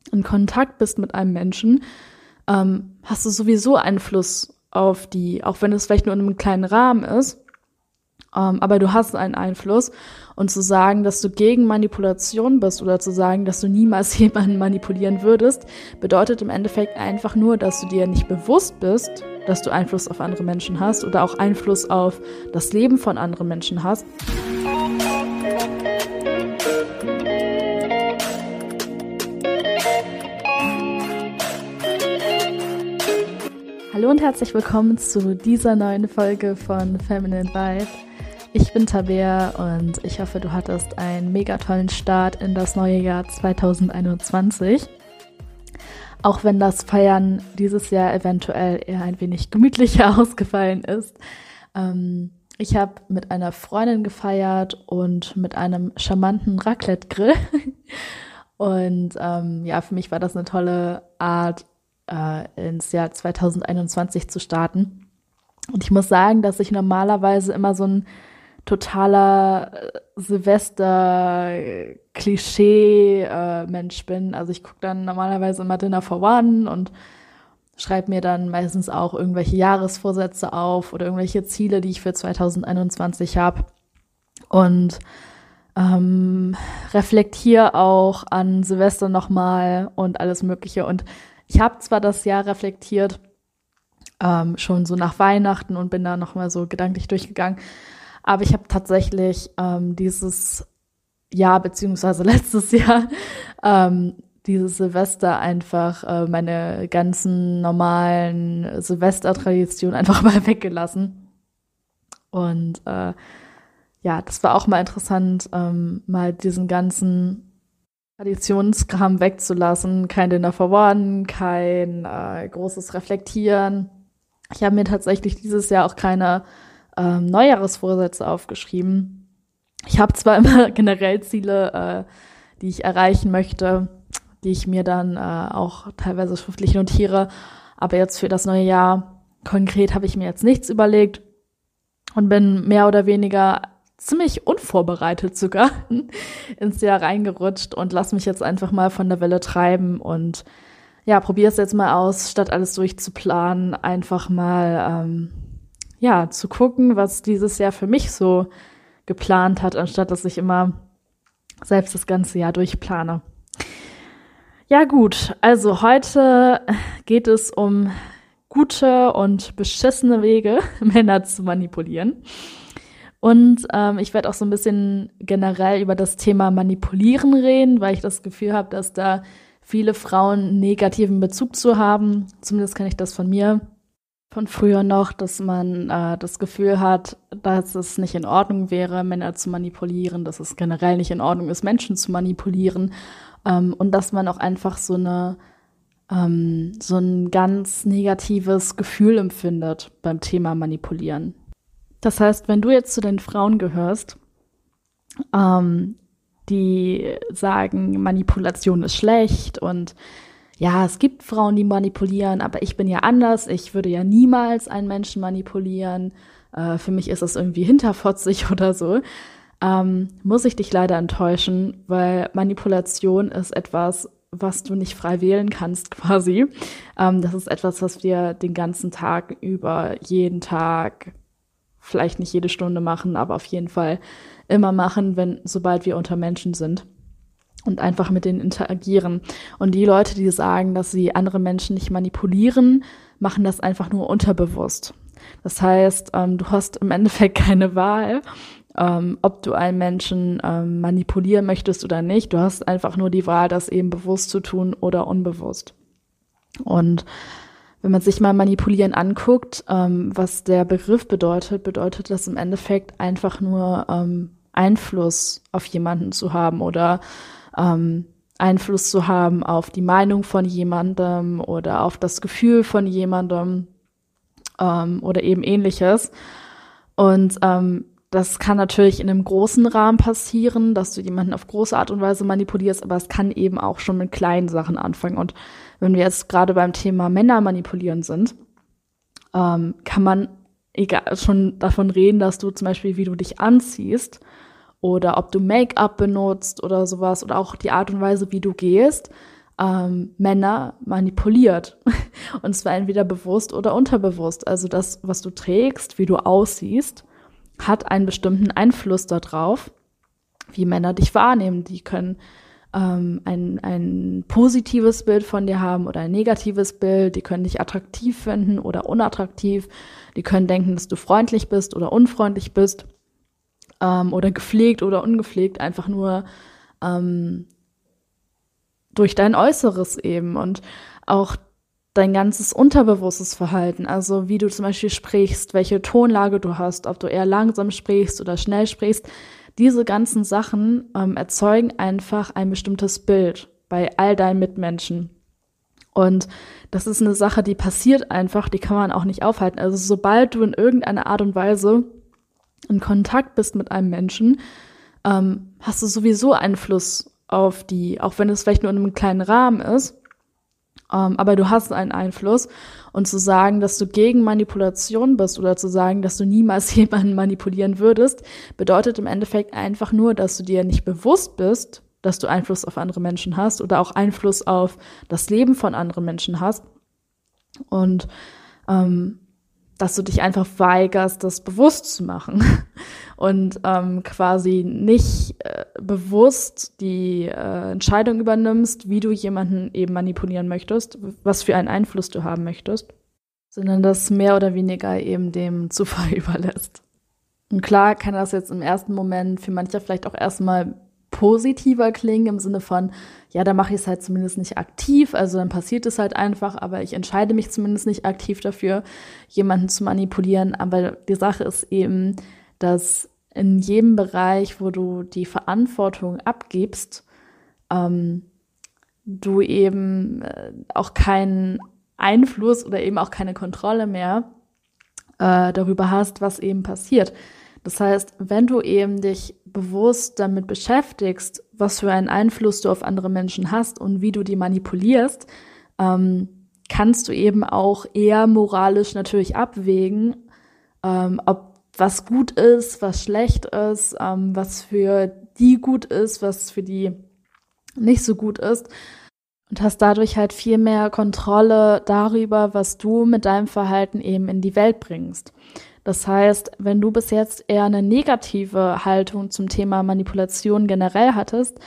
in Kontakt bist mit einem Menschen, hast du sowieso Einfluss auf die, auch wenn es vielleicht nur in einem kleinen Rahmen ist, aber du hast einen Einfluss. Und zu sagen, dass du gegen Manipulation bist oder zu sagen, dass du niemals jemanden manipulieren würdest, bedeutet im Endeffekt einfach nur, dass du dir nicht bewusst bist, dass du Einfluss auf andere Menschen hast oder auch Einfluss auf das Leben von anderen Menschen hast. Hallo und herzlich willkommen zu dieser neuen Folge von Feminine Vibe. Ich bin Tabea und ich hoffe, du hattest einen mega tollen Start in das neue Jahr 2021. Auch wenn das Feiern dieses Jahr eventuell eher ein wenig gemütlicher ausgefallen ist. Ich habe mit einer Freundin gefeiert und mit einem charmanten Raclette-Grill. Und für mich war das eine tolle Art, ins Jahr 2021 zu starten. Und ich muss sagen, dass ich normalerweise immer so ein totaler Silvester-Klischee-Mensch bin. Also ich gucke dann normalerweise immer Dinner for One und schreibe mir dann meistens auch irgendwelche Jahresvorsätze auf oder irgendwelche Ziele, die ich für 2021 habe. Und reflektiere auch an Silvester nochmal und alles Mögliche. Und ich habe zwar das Jahr reflektiert, schon so nach Weihnachten und bin da nochmal so gedanklich durchgegangen, aber ich habe tatsächlich dieses Jahr beziehungsweise letztes Jahr dieses Silvester einfach meine ganzen normalen Silvestertraditionen einfach mal weggelassen. Und das war auch mal interessant, mal diesen ganzen Traditionskram wegzulassen, kein Dinner for One, kein großes Reflektieren. Ich habe mir tatsächlich dieses Jahr auch keine Neujahresvorsätze aufgeschrieben. Ich habe zwar immer generell Ziele, die ich erreichen möchte, die ich mir dann auch teilweise schriftlich notiere, aber jetzt für das neue Jahr konkret habe ich mir jetzt nichts überlegt und bin mehr oder weniger ziemlich unvorbereitet sogar ins Jahr reingerutscht und lass mich jetzt einfach mal von der Welle treiben und ja, probiere es jetzt mal aus, statt alles durchzuplanen, einfach mal zu gucken, was dieses Jahr für mich so geplant hat, anstatt dass ich immer selbst das ganze Jahr durchplane. Ja gut, also heute geht es um gute und beschissene Wege, Männer zu manipulieren. Und ich werde auch so ein bisschen generell über das Thema Manipulieren reden, weil ich das Gefühl habe, dass da viele Frauen einen negativen Bezug zu haben. Zumindest kenne ich das von mir, von früher noch, dass man das Gefühl hat, dass es nicht in Ordnung wäre, Männer zu manipulieren, dass es generell nicht in Ordnung ist, Menschen zu manipulieren und dass man auch einfach so ein ganz negatives Gefühl empfindet beim Thema Manipulieren. Das heißt, wenn du jetzt zu den Frauen gehörst, die sagen, Manipulation ist schlecht und ja, es gibt Frauen, die manipulieren, aber ich bin ja anders, ich würde ja niemals einen Menschen manipulieren, für mich ist das irgendwie hinterfotzig oder so, muss ich dich leider enttäuschen, weil Manipulation ist etwas, was du nicht frei wählen kannst quasi. Das ist etwas, was wir den ganzen Tag über, jeden Tag, vielleicht nicht jede Stunde machen, aber auf jeden Fall immer machen, sobald wir unter Menschen sind und einfach mit denen interagieren. Und die Leute, die sagen, dass sie andere Menschen nicht manipulieren, machen das einfach nur unterbewusst. Das heißt, du hast im Endeffekt keine Wahl, ob du einen Menschen manipulieren möchtest oder nicht. Du hast einfach nur die Wahl, das eben bewusst zu tun oder unbewusst. Und wenn man sich mal Manipulieren anguckt, was der Begriff bedeutet das im Endeffekt einfach nur Einfluss auf jemanden zu haben oder Einfluss zu haben auf die Meinung von jemandem oder auf das Gefühl von jemandem oder eben Ähnliches. Und das kann natürlich in einem großen Rahmen passieren, dass du jemanden auf große Art und Weise manipulierst, aber es kann eben auch schon mit kleinen Sachen anfangen. Und wenn wir jetzt gerade beim Thema Männer manipulieren sind, kann man schon davon reden, dass du zum Beispiel, wie du dich anziehst oder ob du Make-up benutzt oder sowas oder auch die Art und Weise, wie du gehst, Männer manipuliert. Und zwar entweder bewusst oder unterbewusst. Also das, was du trägst, wie du aussiehst, hat einen bestimmten Einfluss darauf, wie Männer dich wahrnehmen. Die können ein positives Bild von dir haben oder ein negatives Bild. Die können dich attraktiv finden oder unattraktiv. Die können denken, dass du freundlich bist oder unfreundlich bist oder gepflegt oder ungepflegt, einfach nur durch dein Äußeres eben und auch dein ganzes unterbewusstes Verhalten, also wie du zum Beispiel sprichst, welche Tonlage du hast, ob du eher langsam sprichst oder schnell sprichst. Diese ganzen Sachen erzeugen einfach ein bestimmtes Bild bei all deinen Mitmenschen. Und das ist eine Sache, die passiert einfach, die kann man auch nicht aufhalten. Also sobald du in irgendeiner Art und Weise in Kontakt bist mit einem Menschen, hast du sowieso Einfluss auf die, auch wenn es vielleicht nur in einem kleinen Rahmen ist, aber du hast einen Einfluss. Und zu sagen, dass du gegen Manipulation bist oder zu sagen, dass du niemals jemanden manipulieren würdest, bedeutet im Endeffekt einfach nur, dass du dir nicht bewusst bist, dass du Einfluss auf andere Menschen hast oder auch Einfluss auf das Leben von anderen Menschen hast. Und dass du dich einfach weigerst, das bewusst zu machen und quasi nicht bewusst die Entscheidung übernimmst, wie du jemanden eben manipulieren möchtest, was für einen Einfluss du haben möchtest, sondern das mehr oder weniger eben dem Zufall überlässt. Und klar kann das jetzt im ersten Moment für manche vielleicht auch erstmal positiver klingen, im Sinne von, ja, da mache ich es halt zumindest nicht aktiv, also dann passiert es halt einfach, aber ich entscheide mich zumindest nicht aktiv dafür, jemanden zu manipulieren. Aber die Sache ist eben, dass in jedem Bereich, wo du die Verantwortung abgibst, du eben auch keinen Einfluss oder eben auch keine Kontrolle mehr darüber hast, was eben passiert. Das heißt, wenn du eben dich bewusst damit beschäftigst, was für einen Einfluss du auf andere Menschen hast und wie du die manipulierst, kannst du eben auch eher moralisch natürlich abwägen, ob was gut ist, was schlecht ist, was für die gut ist, was für die nicht so gut ist. Und hast dadurch halt viel mehr Kontrolle darüber, was du mit deinem Verhalten eben in die Welt bringst. Das heißt, wenn du bis jetzt eher eine negative Haltung zum Thema Manipulation generell hattest,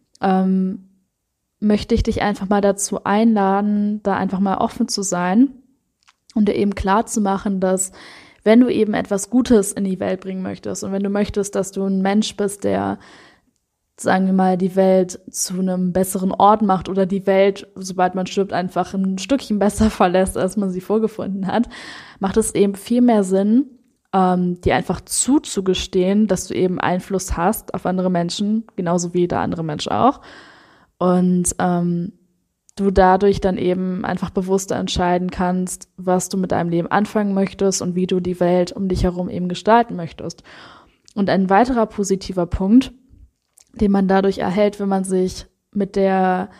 möchte ich dich einfach mal dazu einladen, da einfach mal offen zu sein und dir eben klar zu machen, dass wenn du eben etwas Gutes in die Welt bringen möchtest und wenn du möchtest, dass du ein Mensch bist, der, sagen wir mal, die Welt zu einem besseren Ort macht oder die Welt, sobald man stirbt, einfach ein Stückchen besser verlässt, als man sie vorgefunden hat, macht es eben viel mehr Sinn, dir einfach zuzugestehen, dass du eben Einfluss hast auf andere Menschen, genauso wie der andere Mensch auch. Und du dadurch dann eben einfach bewusster entscheiden kannst, was du mit deinem Leben anfangen möchtest und wie du die Welt um dich herum eben gestalten möchtest. Und ein weiterer positiver Punkt, den man dadurch erhält, wenn man sich mit der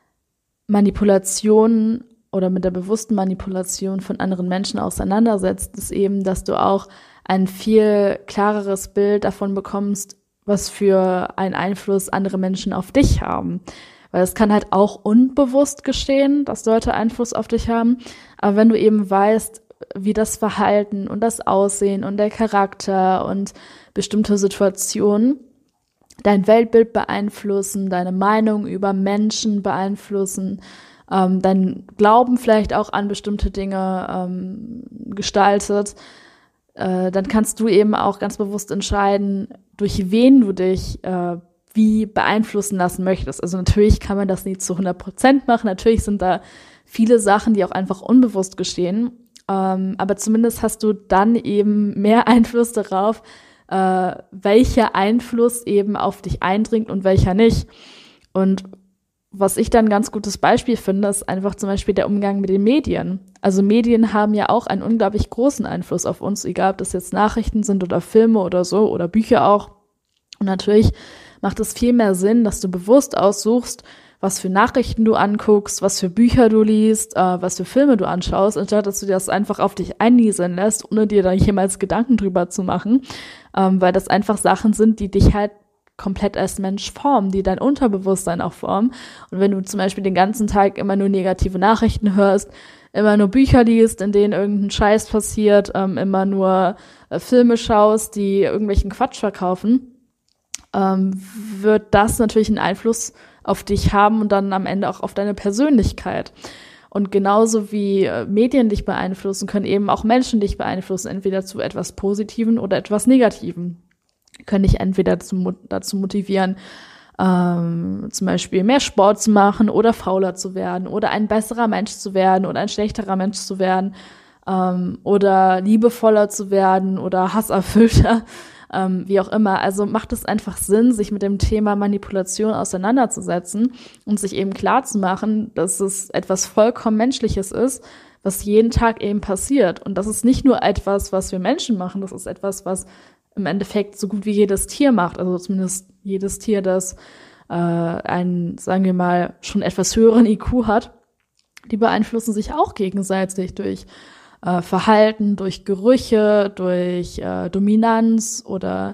Manipulation oder mit der bewussten Manipulation von anderen Menschen auseinandersetzt, ist eben, dass du auch ein viel klareres Bild davon bekommst, was für einen Einfluss andere Menschen auf dich haben. Weil es kann halt auch unbewusst geschehen, dass Leute Einfluss auf dich haben. Aber wenn du eben weißt, wie das Verhalten und das Aussehen und der Charakter und bestimmte Situationen dein Weltbild beeinflussen, deine Meinung über Menschen beeinflussen, dein Glauben vielleicht auch an bestimmte Dinge gestaltet, dann kannst du eben auch ganz bewusst entscheiden, durch wen du dich wie beeinflussen lassen möchtest. Also natürlich kann man das nicht zu 100% machen, natürlich sind da viele Sachen, die auch einfach unbewusst geschehen, aber zumindest hast du dann eben mehr Einfluss darauf, welcher Einfluss eben auf dich eindringt und welcher nicht. Und was ich dann ein ganz gutes Beispiel finde, ist einfach zum Beispiel der Umgang mit den Medien. Also Medien haben ja auch einen unglaublich großen Einfluss auf uns, egal ob das jetzt Nachrichten sind oder Filme oder so oder Bücher auch. Und natürlich macht es viel mehr Sinn, dass du bewusst aussuchst, was für Nachrichten du anguckst, was für Bücher du liest, was für Filme du anschaust, anstatt dass du das einfach auf dich einnieseln lässt, ohne dir da jemals Gedanken drüber zu machen, weil das einfach Sachen sind, die dich halt komplett als Mensch formen, die dein Unterbewusstsein auch formen. Und wenn du zum Beispiel den ganzen Tag immer nur negative Nachrichten hörst, immer nur Bücher liest, in denen irgendein Scheiß passiert, immer nur Filme schaust, die irgendwelchen Quatsch verkaufen, wird das natürlich einen Einfluss auf dich haben und dann am Ende auch auf deine Persönlichkeit. Und genauso wie Medien dich beeinflussen, können eben auch Menschen dich beeinflussen, entweder zu etwas Positiven oder etwas Negativen. Können dich entweder dazu motivieren, zum Beispiel mehr Sport zu machen oder fauler zu werden oder ein besserer Mensch zu werden oder ein schlechterer Mensch zu werden, oder liebevoller zu werden oder hasserfüllter, wie auch immer. Also macht es einfach Sinn, sich mit dem Thema Manipulation auseinanderzusetzen und sich eben klar zu machen, dass es etwas vollkommen Menschliches ist, was jeden Tag eben passiert. Und das ist nicht nur etwas, was wir Menschen machen, das ist etwas, was im Endeffekt so gut wie jedes Tier macht, also zumindest jedes Tier, das einen, sagen wir mal, schon etwas höheren IQ hat, die beeinflussen sich auch gegenseitig durch Verhalten, durch Gerüche, durch Dominanz oder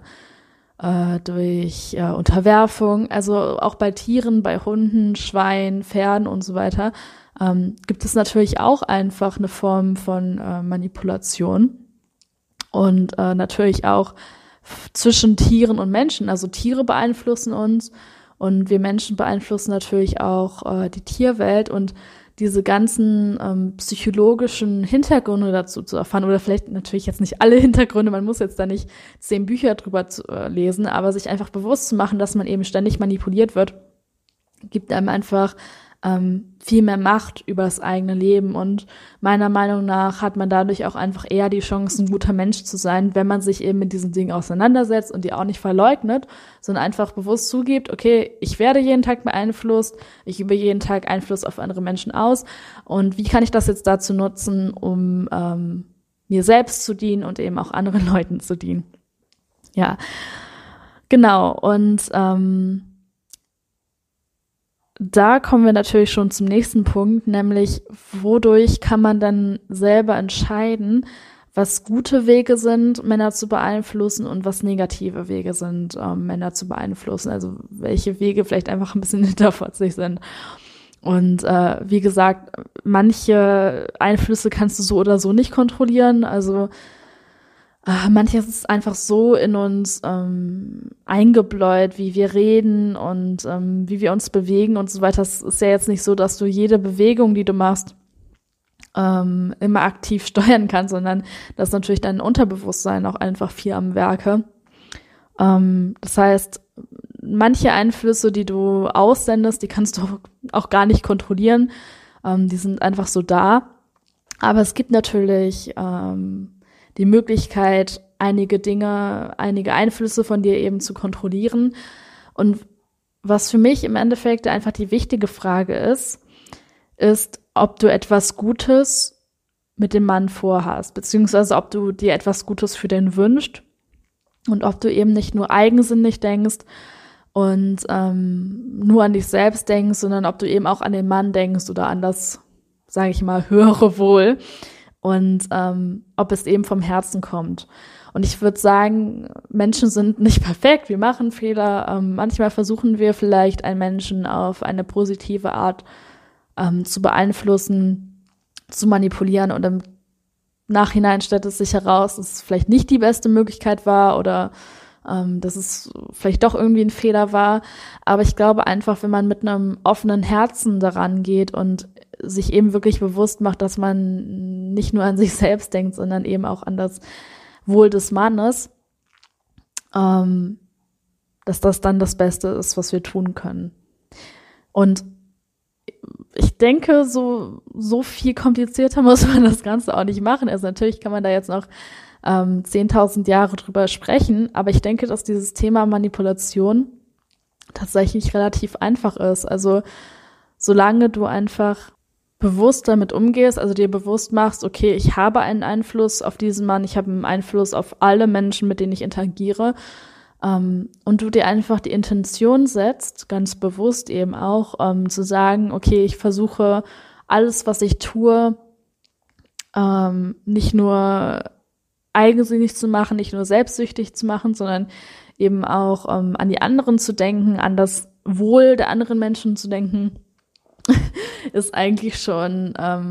durch Unterwerfung. Also auch bei Tieren, bei Hunden, Schweinen, Pferden und so weiter gibt es natürlich auch einfach eine Form von Manipulation. Und natürlich auch zwischen Tieren und Menschen. Also Tiere beeinflussen uns und wir Menschen beeinflussen natürlich auch die Tierwelt. Und diese ganzen psychologischen Hintergründe dazu zu erfahren, oder vielleicht natürlich jetzt nicht alle Hintergründe, man muss jetzt da nicht 10 Bücher drüber lesen, aber sich einfach bewusst zu machen, dass man eben ständig manipuliert wird, gibt einem einfach viel mehr Macht über das eigene Leben. Und meiner Meinung nach hat man dadurch auch einfach eher die Chance, ein guter Mensch zu sein, wenn man sich eben mit diesen Dingen auseinandersetzt und die auch nicht verleugnet, sondern einfach bewusst zugibt, okay, ich werde jeden Tag beeinflusst, ich übe jeden Tag Einfluss auf andere Menschen aus und wie kann ich das jetzt dazu nutzen, um mir selbst zu dienen und eben auch anderen Leuten zu dienen. Ja, genau. Und da kommen wir natürlich schon zum nächsten Punkt, nämlich wodurch kann man dann selber entscheiden, was gute Wege sind, Männer zu beeinflussen und was negative Wege sind, Männer zu beeinflussen. Also welche Wege vielleicht einfach ein bisschen hinterfotzig sind. Und wie gesagt, manche Einflüsse kannst du so oder so nicht kontrollieren. Also manches ist einfach so in uns eingebläut, wie wir reden und wie wir uns bewegen und so weiter. Es ist ja jetzt nicht so, dass du jede Bewegung, die du machst, immer aktiv steuern kannst, sondern das ist natürlich dein Unterbewusstsein auch einfach viel am Werke. Das heißt, manche Einflüsse, die du aussendest, die kannst du auch gar nicht kontrollieren. Die sind einfach so da. Aber es gibt natürlich die Möglichkeit, einige Dinge, einige Einflüsse von dir eben zu kontrollieren. Und was für mich im Endeffekt einfach die wichtige Frage ist, ob du etwas Gutes mit dem Mann vorhast, beziehungsweise ob du dir etwas Gutes für den wünschst und ob du eben nicht nur eigensinnig denkst und nur an dich selbst denkst, sondern ob du eben auch an den Mann denkst oder an das, sage ich mal, höhere Wohl. Und ob es eben vom Herzen kommt. Und ich würde sagen, Menschen sind nicht perfekt, wir machen Fehler. Manchmal versuchen wir vielleicht einen Menschen auf eine positive Art zu beeinflussen, zu manipulieren. Und im Nachhinein stellt es sich heraus, dass es vielleicht nicht die beste Möglichkeit war oder dass es vielleicht doch irgendwie ein Fehler war. Aber ich glaube einfach, wenn man mit einem offenen Herzen daran geht und sich eben wirklich bewusst macht, dass man nicht nur an sich selbst denkt, sondern eben auch an das Wohl des Mannes, dass das dann das Beste ist, was wir tun können. Und ich denke, so viel komplizierter muss man das Ganze auch nicht machen. Also natürlich kann man da jetzt noch 10.000 Jahre drüber sprechen, aber ich denke, dass dieses Thema Manipulation tatsächlich relativ einfach ist. Also solange du einfach bewusst damit umgehst, also dir bewusst machst, okay, ich habe einen Einfluss auf diesen Mann, ich habe einen Einfluss auf alle Menschen, mit denen ich interagiere, und du dir einfach die Intention setzt, ganz bewusst eben auch, zu sagen, okay, ich versuche alles, was ich tue, nicht nur eigensinnig zu machen, nicht nur selbstsüchtig zu machen, sondern eben auch an die anderen zu denken, an das Wohl der anderen Menschen zu denken, ist eigentlich schon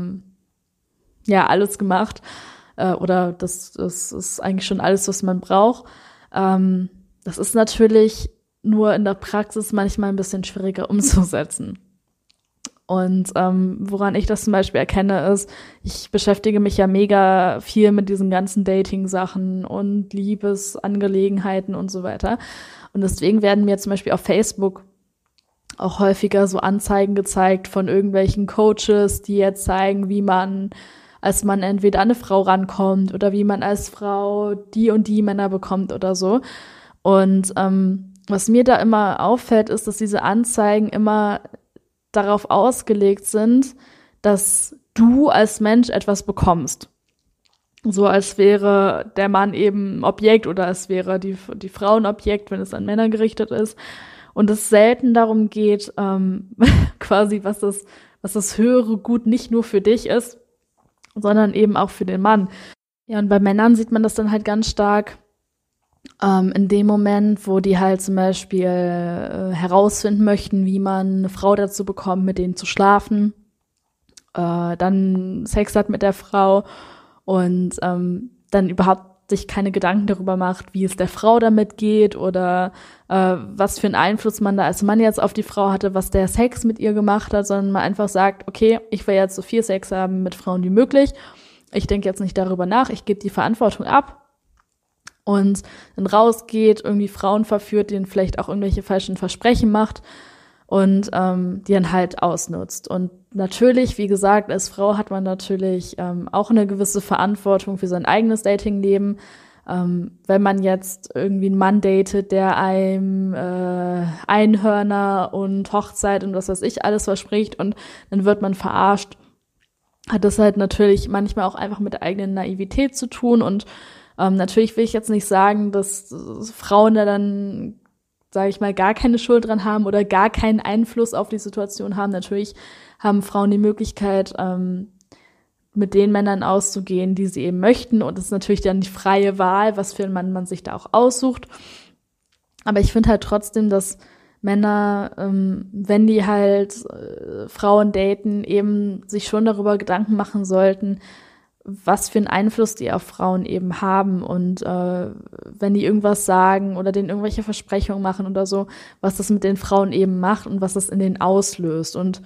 alles gemacht. Oder das ist eigentlich schon alles, was man braucht. Das ist natürlich nur in der Praxis manchmal ein bisschen schwieriger umzusetzen. Und woran ich das zum Beispiel erkenne, ist, ich beschäftige mich ja mega viel mit diesen ganzen Dating-Sachen und Liebesangelegenheiten und so weiter. Und deswegen werden mir zum Beispiel auf Facebook auch häufiger so Anzeigen gezeigt von irgendwelchen Coaches, die jetzt zeigen, wie man als Mann entweder an eine Frau rankommt oder wie man als Frau die und die Männer bekommt oder so. Und was mir da immer auffällt, ist, dass diese Anzeigen immer darauf ausgelegt sind, dass du als Mensch etwas bekommst. So als wäre der Mann eben ein Objekt oder als wäre die Frau ein Objekt, wenn es an Männer gerichtet ist. Und es selten darum geht, quasi, was das höhere Gut nicht nur für dich ist, sondern eben auch für den Mann. Ja, und bei Männern sieht man das dann halt ganz stark in dem Moment, wo die halt zum Beispiel herausfinden möchten, wie man eine Frau dazu bekommt, mit denen zu schlafen, dann Sex hat mit der Frau und dann überhaupt sich keine Gedanken darüber macht, wie es der Frau damit geht oder was für einen Einfluss man da als Mann jetzt auf die Frau hatte, was der Sex mit ihr gemacht hat, sondern man einfach sagt, okay, ich will jetzt so viel Sex haben mit Frauen wie möglich. Ich denke jetzt nicht darüber nach, ich gebe die Verantwortung ab. Und dann rausgeht, irgendwie Frauen verführt, denen vielleicht auch irgendwelche falschen Versprechen macht und die dann halt ausnutzt. Und natürlich, wie gesagt, als Frau hat man natürlich auch eine gewisse Verantwortung für sein eigenes Datingleben. Wenn man jetzt irgendwie einen Mann datet, der einem Einhörner und Hochzeit und was weiß ich alles verspricht und dann wird man verarscht, hat das halt natürlich manchmal auch einfach mit der eigenen Naivität zu tun und natürlich will ich jetzt nicht sagen, dass Frauen da dann, sage ich mal, gar keine Schuld dran haben oder gar keinen Einfluss auf die Situation haben. Natürlich haben Frauen die Möglichkeit, mit den Männern auszugehen, die sie eben möchten. Und es ist natürlich dann die freie Wahl, was für einen Mann man sich da auch aussucht. Aber ich finde halt trotzdem, dass Männer, wenn die halt Frauen daten, eben sich schon darüber Gedanken machen sollten, was für einen Einfluss die auf Frauen eben haben und wenn die irgendwas sagen oder denen irgendwelche Versprechungen machen oder so, was das mit den Frauen eben macht und was das in denen auslöst und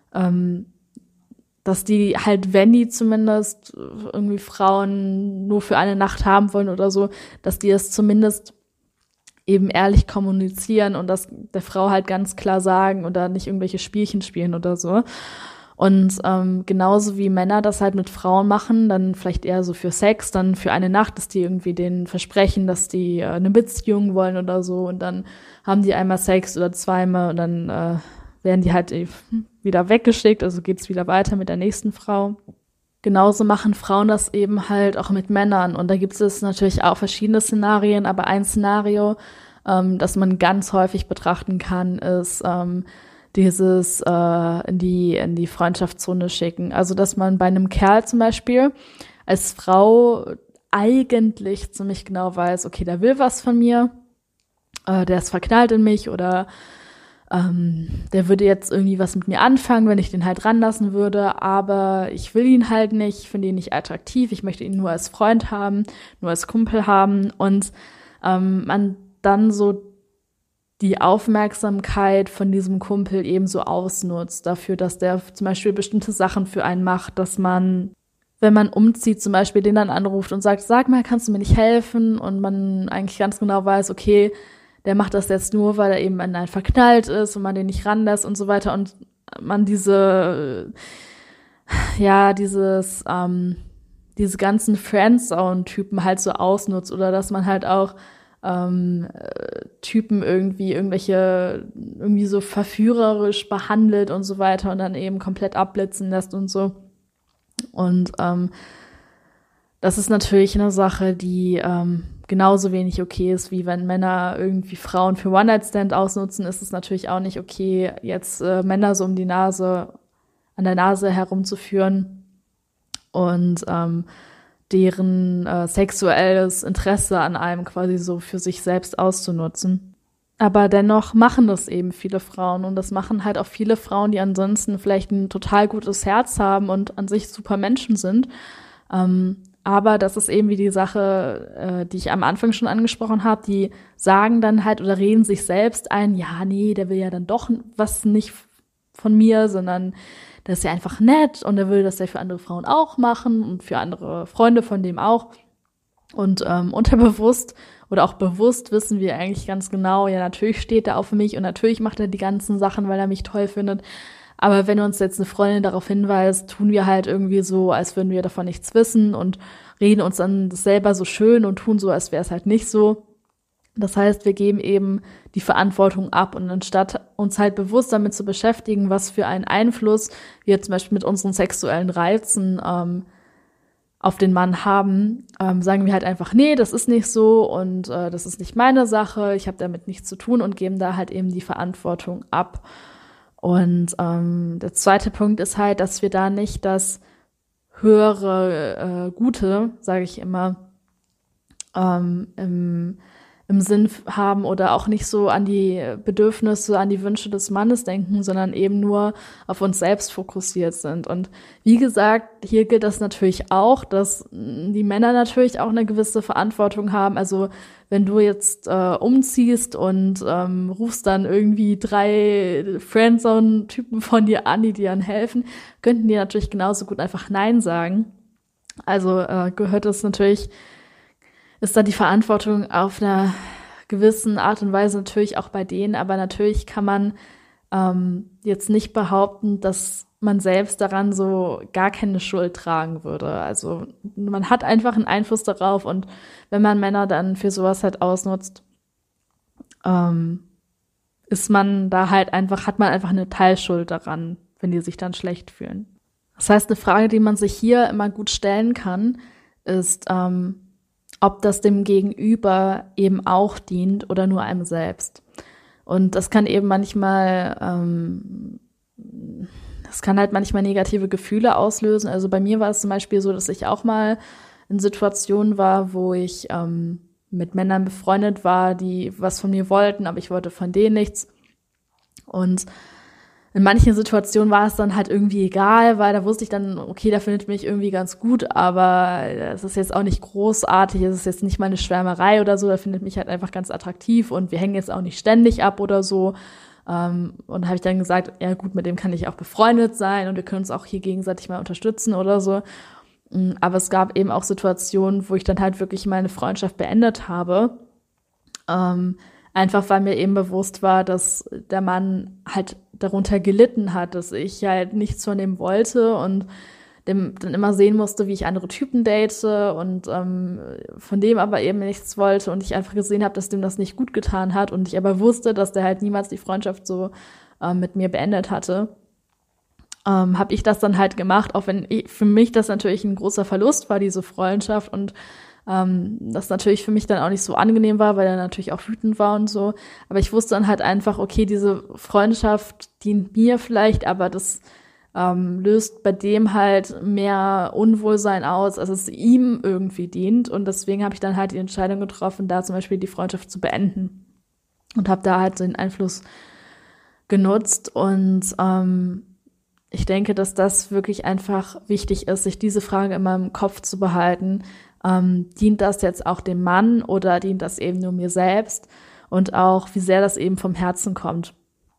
dass die halt, wenn die zumindest irgendwie Frauen nur für eine Nacht haben wollen oder so, dass die es zumindest eben ehrlich kommunizieren und das der Frau halt ganz klar sagen oder nicht irgendwelche Spielchen spielen oder so. Und genauso wie Männer das halt mit Frauen machen, dann vielleicht eher so für Sex, dann für eine Nacht, dass die irgendwie denen versprechen, dass die eine Beziehung wollen oder so und dann haben die einmal Sex oder zweimal und dann werden die halt wieder weggeschickt, also geht's wieder weiter mit der nächsten Frau. Genauso machen Frauen das eben halt auch mit Männern und da gibt es natürlich auch verschiedene Szenarien, aber ein Szenario, das man ganz häufig betrachten kann, ist dieses in die Freundschaftszone schicken. Also, dass man bei einem Kerl zum Beispiel als Frau eigentlich ziemlich genau weiß, okay, der will was von mir, der ist verknallt in mich oder der würde jetzt irgendwie was mit mir anfangen, wenn ich den halt ranlassen würde, aber ich will ihn halt nicht, ich finde ihn nicht attraktiv, ich möchte ihn nur als Freund haben, nur als Kumpel haben und man dann so die Aufmerksamkeit von diesem Kumpel ebenso ausnutzt dafür, dass der zum Beispiel bestimmte Sachen für einen macht, dass man, wenn man umzieht, zum Beispiel den dann anruft und sagt, sag mal, kannst du mir nicht helfen? Und man eigentlich ganz genau weiß, okay, der macht das jetzt nur, weil er eben an einen verknallt ist und man den nicht ranlässt und so weiter und man diese ganzen Friendzone-Typen halt so ausnutzt oder dass man halt auch Typen irgendwie so verführerisch behandelt und so weiter und dann eben komplett abblitzen lässt und so. Und das ist natürlich eine Sache, die genauso wenig okay ist, wie wenn Männer irgendwie Frauen für One-Night-Stand ausnutzen, ist es natürlich auch nicht okay, jetzt Männer so an der Nase herumzuführen. Und deren sexuelles Interesse an einem quasi so für sich selbst auszunutzen. Aber dennoch machen das eben viele Frauen und das machen halt auch viele Frauen, die ansonsten vielleicht ein total gutes Herz haben und an sich super Menschen sind. Aber das ist eben wie die Sache, die ich am Anfang schon angesprochen habe, die sagen dann halt oder reden sich selbst ein, ja, nee, der will ja dann doch was nicht von mir, sondern der ist ja einfach nett und der will das ja für andere Frauen auch machen und für andere Freunde von dem auch. Und unterbewusst oder auch bewusst wissen wir eigentlich ganz genau, ja, natürlich steht er auf mich und natürlich macht er die ganzen Sachen, weil er mich toll findet. Aber wenn uns jetzt eine Freundin darauf hinweist, tun wir halt irgendwie so, als würden wir davon nichts wissen und reden uns dann das selber so schön und tun so, als wäre es halt nicht so. Das heißt, wir geben eben die Verantwortung ab und anstatt uns halt bewusst damit zu beschäftigen, was für einen Einfluss wir zum Beispiel mit unseren sexuellen Reizen auf den Mann haben, sagen wir halt einfach, nee, das ist nicht so und das ist nicht meine Sache, ich habe damit nichts zu tun und geben da halt eben die Verantwortung ab. Und der zweite Punkt ist halt, dass wir da nicht das höhere Gute, sage ich immer, im Sinn haben oder auch nicht so an die Bedürfnisse, an die Wünsche des Mannes denken, sondern eben nur auf uns selbst fokussiert sind. Und wie gesagt, hier gilt das natürlich auch, dass die Männer natürlich auch eine gewisse Verantwortung haben. Also wenn du jetzt umziehst und rufst dann irgendwie 3 Friendzone-Typen von dir an, die dir dann helfen, könnten die natürlich genauso gut einfach Nein sagen. Also gehört es natürlich, ist da die Verantwortung auf einer gewissen Art und Weise natürlich auch bei denen, aber natürlich kann man jetzt nicht behaupten, dass man selbst daran so gar keine Schuld tragen würde. Also man hat einfach einen Einfluss darauf und wenn man Männer dann für sowas halt ausnutzt, ist man da halt einfach, hat man einfach eine Teilschuld daran, wenn die sich dann schlecht fühlen. Das heißt, eine Frage, die man sich hier immer gut stellen kann, ist, ob das dem Gegenüber eben auch dient oder nur einem selbst. Und das kann eben manchmal, das kann halt manchmal negative Gefühle auslösen. Also bei mir war es zum Beispiel so, dass ich auch mal in Situationen war, wo ich mit Männern befreundet war, die was von mir wollten, aber ich wollte von denen nichts. Und in manchen Situationen war es dann halt irgendwie egal, weil da wusste ich dann, okay, der findet mich irgendwie ganz gut, aber es ist jetzt auch nicht großartig, es ist jetzt nicht mal eine Schwärmerei oder so, der findet mich halt einfach ganz attraktiv und wir hängen jetzt auch nicht ständig ab oder so. Und habe ich dann gesagt, ja gut, mit dem kann ich auch befreundet sein und wir können uns auch hier gegenseitig mal unterstützen oder so. Aber es gab eben auch Situationen, wo ich dann halt wirklich meine Freundschaft beendet habe. Einfach weil mir eben bewusst war, dass der Mann halt darunter gelitten hat, dass ich halt nichts von dem wollte und dem dann immer sehen musste, wie ich andere Typen date und von dem aber eben nichts wollte und ich einfach gesehen habe, dass dem das nicht gut getan hat und ich aber wusste, dass der halt niemals die Freundschaft so mit mir beendet hatte, habe ich das dann halt gemacht, auch wenn für mich das natürlich ein großer Verlust war, diese Freundschaft und das natürlich für mich dann auch nicht so angenehm war, weil er natürlich auch wütend war und so. Aber ich wusste dann halt einfach, okay, diese Freundschaft dient mir vielleicht, aber das löst bei dem halt mehr Unwohlsein aus, als es ihm irgendwie dient. Und deswegen habe ich dann halt die Entscheidung getroffen, da zum Beispiel die Freundschaft zu beenden. Und habe da halt den Einfluss genutzt. Und ich denke, dass das wirklich einfach wichtig ist, sich diese Frage immer im Kopf zu behalten. Dient das jetzt auch dem Mann oder dient das eben nur mir selbst? Und auch, wie sehr das eben vom Herzen kommt.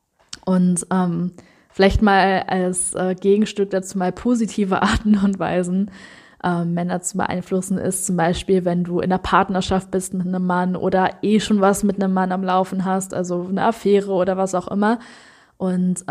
Und vielleicht mal als Gegenstück dazu mal positive Arten und Weisen, Männer zu beeinflussen, ist zum Beispiel, wenn du in einer Partnerschaft bist mit einem Mann oder schon was mit einem Mann am Laufen hast, also eine Affäre oder was auch immer. Und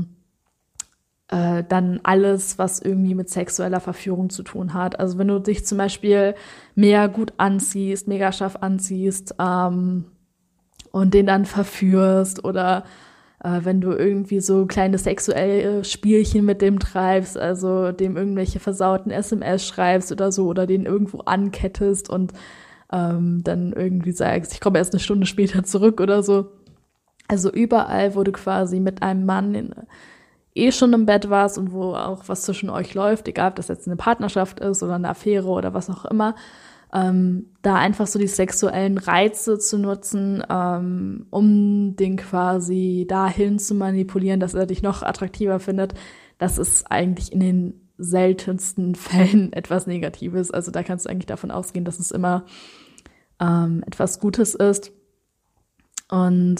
dann alles, was irgendwie mit sexueller Verführung zu tun hat. Also wenn du dich zum Beispiel mega gut anziehst, mega scharf anziehst und den dann verführst oder wenn du irgendwie so kleine sexuelle Spielchen mit dem treibst, also dem irgendwelche versauten SMS schreibst oder so oder den irgendwo ankettest und dann irgendwie sagst, ich komme erst eine Stunde später zurück oder so. Also überall, wo du quasi mit einem Mann schon im Bett warst und wo auch was zwischen euch läuft, egal ob das jetzt eine Partnerschaft ist oder eine Affäre oder was auch immer, da einfach so die sexuellen Reize zu nutzen, um den quasi dahin zu manipulieren, dass er dich noch attraktiver findet, das ist eigentlich in den seltensten Fällen etwas Negatives. Also da kannst du eigentlich davon ausgehen, dass es immer etwas Gutes ist. Und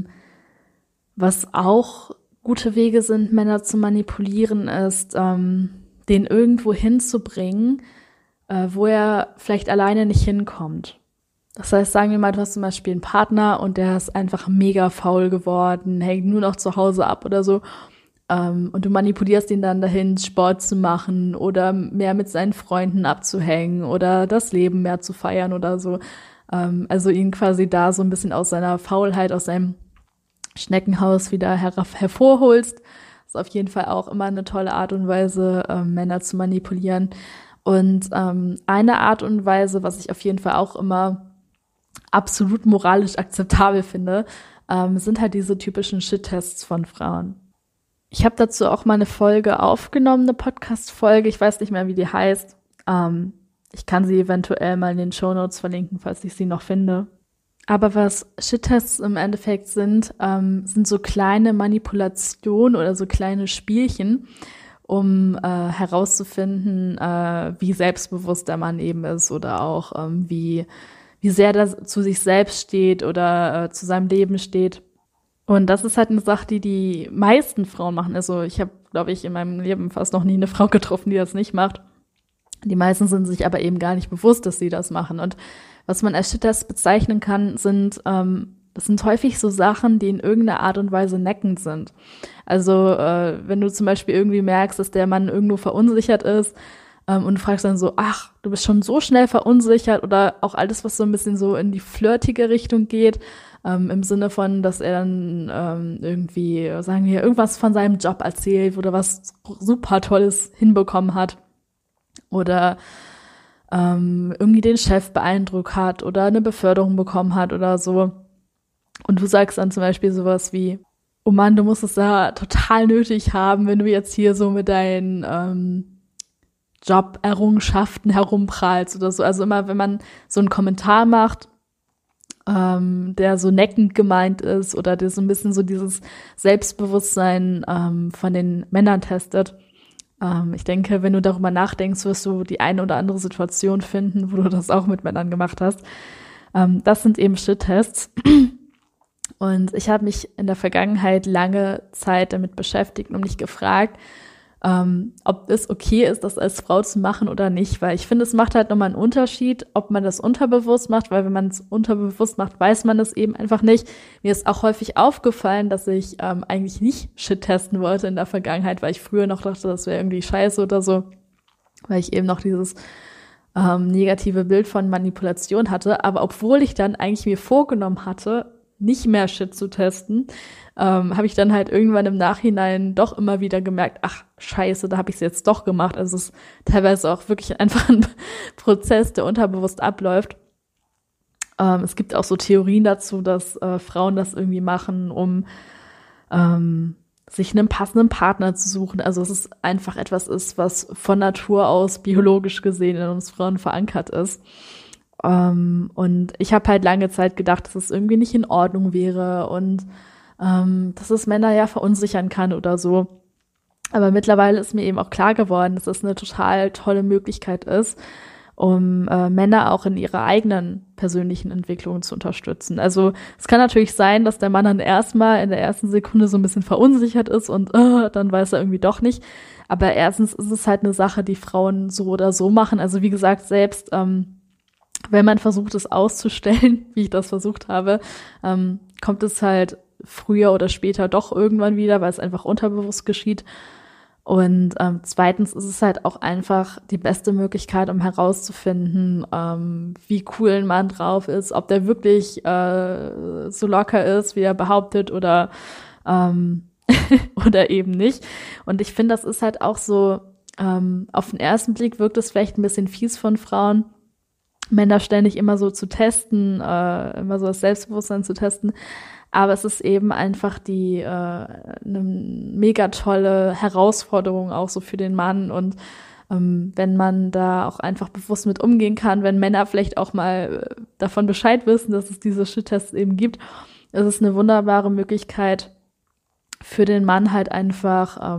was auch gute Wege sind, Männer zu manipulieren, ist, den irgendwo hinzubringen, wo er vielleicht alleine nicht hinkommt. Das heißt, sagen wir mal, du hast zum Beispiel einen Partner und der ist einfach mega faul geworden, hängt nur noch zu Hause ab oder so. Und du manipulierst ihn dann dahin, Sport zu machen oder mehr mit seinen Freunden abzuhängen oder das Leben mehr zu feiern oder so. Also ihn quasi da so ein bisschen aus seiner Faulheit, aus seinem Schneckenhaus wieder hervorholst. Das ist auf jeden Fall auch immer eine tolle Art und Weise, Männer zu manipulieren. Und eine Art und Weise, was ich auf jeden Fall auch immer absolut moralisch akzeptabel finde, sind halt diese typischen Shit-Tests von Frauen. Ich habe dazu auch mal eine Folge aufgenommen, eine Podcast-Folge. Ich weiß nicht mehr, wie die heißt. Ich kann sie eventuell mal in den Shownotes verlinken, falls ich sie noch finde. Aber was Shit-Tests im Endeffekt sind so kleine Manipulationen oder so kleine Spielchen, um herauszufinden, wie selbstbewusst der Mann eben ist oder auch wie sehr er zu sich selbst steht oder zu seinem Leben steht. Und das ist halt eine Sache, die meisten Frauen machen. Also ich habe, glaube ich, in meinem Leben fast noch nie eine Frau getroffen, die das nicht macht. Die meisten sind sich aber eben gar nicht bewusst, dass sie das machen. Und was man als Shit-Test bezeichnen kann, das sind häufig so Sachen, die in irgendeiner Art und Weise neckend sind. Also wenn du zum Beispiel irgendwie merkst, dass der Mann irgendwo verunsichert ist und du fragst dann so, ach, du bist schon so schnell verunsichert, oder auch alles, was so ein bisschen so in die flirtige Richtung geht, im Sinne von, dass er dann irgendwie, sagen wir, irgendwas von seinem Job erzählt oder was super Tolles hinbekommen hat oder irgendwie den Chef beeindruckt hat oder eine Beförderung bekommen hat oder so. Und du sagst dann zum Beispiel sowas wie, oh Mann, du musst es da total nötig haben, wenn du jetzt hier so mit deinen Joberrungenschaften herumprallst oder so. Also immer, wenn man so einen Kommentar macht, der so neckend gemeint ist oder der so ein bisschen so dieses Selbstbewusstsein von den Männern testet. Ich denke, wenn du darüber nachdenkst, wirst du die eine oder andere Situation finden, wo du das auch mit Männern gemacht hast. Das sind eben Shit-Tests. Und ich habe mich in der Vergangenheit lange Zeit damit beschäftigt und mich gefragt, ob es okay ist, das als Frau zu machen oder nicht. Weil ich finde, es macht halt nochmal einen Unterschied, ob man das unterbewusst macht, weil wenn man es unterbewusst macht, weiß man es eben einfach nicht. Mir ist auch häufig aufgefallen, dass ich eigentlich nicht Shit testen wollte in der Vergangenheit, weil ich früher noch dachte, das wäre irgendwie scheiße oder so, weil ich eben noch dieses negative Bild von Manipulation hatte. Aber obwohl ich dann eigentlich mir vorgenommen hatte, nicht mehr Shit zu testen, habe ich dann halt irgendwann im Nachhinein doch immer wieder gemerkt, ach scheiße, da habe ich es jetzt doch gemacht. Also es ist teilweise auch wirklich einfach ein Prozess, der unterbewusst abläuft. Es gibt auch so Theorien dazu, dass Frauen das irgendwie machen, um sich einen passenden Partner zu suchen. Also es ist einfach etwas ist, was von Natur aus biologisch gesehen in uns Frauen verankert ist. Und ich habe halt lange Zeit gedacht, dass es irgendwie nicht in Ordnung wäre und dass es Männer ja verunsichern kann oder so. Aber mittlerweile ist mir eben auch klar geworden, dass es eine total tolle Möglichkeit ist, um Männer auch in ihrer eigenen persönlichen Entwicklung zu unterstützen. Also es kann natürlich sein, dass der Mann dann erstmal in der ersten Sekunde so ein bisschen verunsichert ist und dann weiß er irgendwie doch nicht. Aber erstens ist es halt eine Sache, die Frauen so oder so machen. Also wie gesagt, selbst wenn man versucht, es auszustellen, wie ich das versucht habe, kommt es halt früher oder später doch irgendwann wieder, weil es einfach unterbewusst geschieht. Und zweitens ist es halt auch einfach die beste Möglichkeit, um herauszufinden, wie cool ein Mann drauf ist, ob der wirklich so locker ist, wie er behauptet oder oder eben nicht. Und ich finde, das ist halt auch so, auf den ersten Blick wirkt es vielleicht ein bisschen fies von Frauen, Männer ständig immer so zu testen, immer so das Selbstbewusstsein zu testen. Aber es ist eben einfach eine mega tolle Herausforderung auch so für den Mann. Und wenn man da auch einfach bewusst mit umgehen kann, wenn Männer vielleicht auch mal davon Bescheid wissen, dass es diese Shit-Tests eben gibt, ist es eine wunderbare Möglichkeit für den Mann halt einfach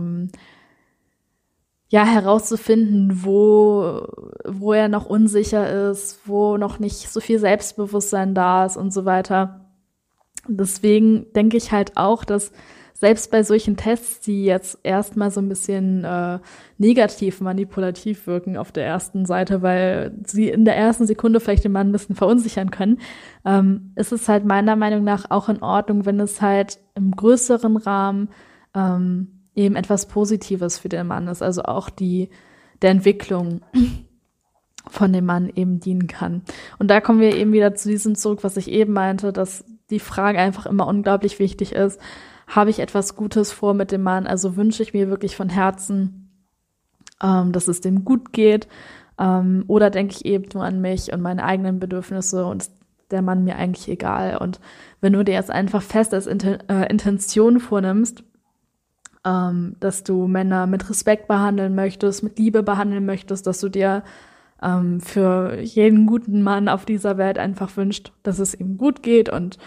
herauszufinden, wo er noch unsicher ist, wo noch nicht so viel Selbstbewusstsein da ist und so weiter. Deswegen denke ich halt auch, dass selbst bei solchen Tests, die jetzt erstmal so ein bisschen negativ manipulativ wirken auf der ersten Seite, weil sie in der ersten Sekunde vielleicht den Mann ein bisschen verunsichern können, ist es halt meiner Meinung nach auch in Ordnung, wenn es halt im größeren Rahmen eben etwas Positives für den Mann ist, also auch der Entwicklung von dem Mann eben dienen kann. Und da kommen wir eben wieder zu diesem zurück, was ich eben meinte, dass die Frage einfach immer unglaublich wichtig ist: Habe ich etwas Gutes vor mit dem Mann? Also wünsche ich mir wirklich von Herzen, dass es dem gut geht? Oder denke ich eben nur an mich und meine eigenen Bedürfnisse und ist der Mann mir eigentlich egal? Und wenn du dir jetzt einfach fest als Intention vornimmst, dass du Männer mit Respekt behandeln möchtest, mit Liebe behandeln möchtest, dass du dir für jeden guten Mann auf dieser Welt einfach wünscht, dass es ihm gut geht und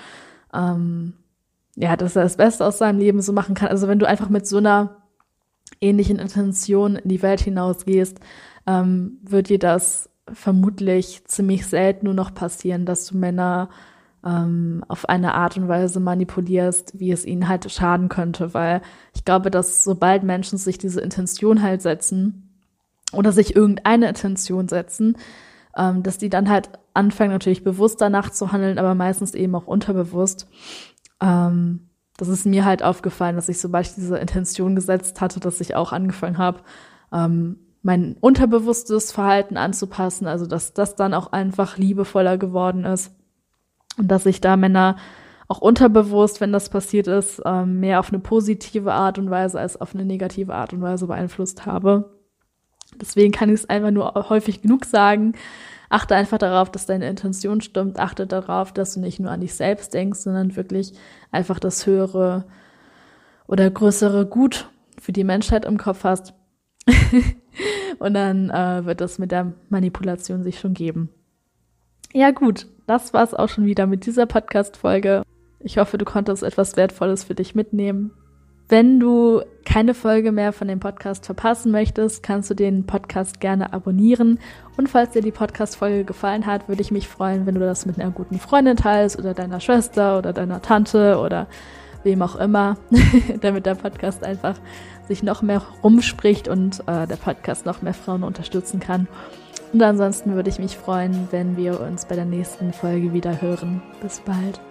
dass er das Beste aus seinem Leben so machen kann. Also wenn du einfach mit so einer ähnlichen Intention in die Welt hinausgehst, wird dir das vermutlich ziemlich selten nur noch passieren, dass du Männer auf eine Art und Weise manipulierst, wie es ihnen halt schaden könnte, weil ich glaube, dass sobald Menschen sich diese Intention halt setzen oder sich irgendeine Intention setzen, dass die dann halt anfangen, natürlich bewusst danach zu handeln, aber meistens eben auch unterbewusst. Das ist mir halt aufgefallen, dass ich, sobald ich diese Intention gesetzt hatte, dass ich auch angefangen habe, mein unterbewusstes Verhalten anzupassen, also dass das dann auch einfach liebevoller geworden ist und dass ich da Männer auch unterbewusst, wenn das passiert ist, mehr auf eine positive Art und Weise als auf eine negative Art und Weise beeinflusst habe. Deswegen kann ich es einfach nur häufig genug sagen: Achte einfach darauf, dass deine Intention stimmt. Achte darauf, dass du nicht nur an dich selbst denkst, sondern wirklich einfach das höhere oder größere Gut für die Menschheit im Kopf hast. Und dann wird das mit der Manipulation sich schon geben. Ja gut, das war's auch schon wieder mit dieser Podcast-Folge. Ich hoffe, du konntest etwas Wertvolles für dich mitnehmen. Wenn du keine Folge mehr von dem Podcast verpassen möchtest, kannst du den Podcast gerne abonnieren. Und falls dir die Podcast-Folge gefallen hat, würde ich mich freuen, wenn du das mit einer guten Freundin teilst oder deiner Schwester oder deiner Tante oder wem auch immer, damit der Podcast einfach sich noch mehr rumspricht und der Podcast noch mehr Frauen unterstützen kann. Und ansonsten würde ich mich freuen, wenn wir uns bei der nächsten Folge wieder hören. Bis bald.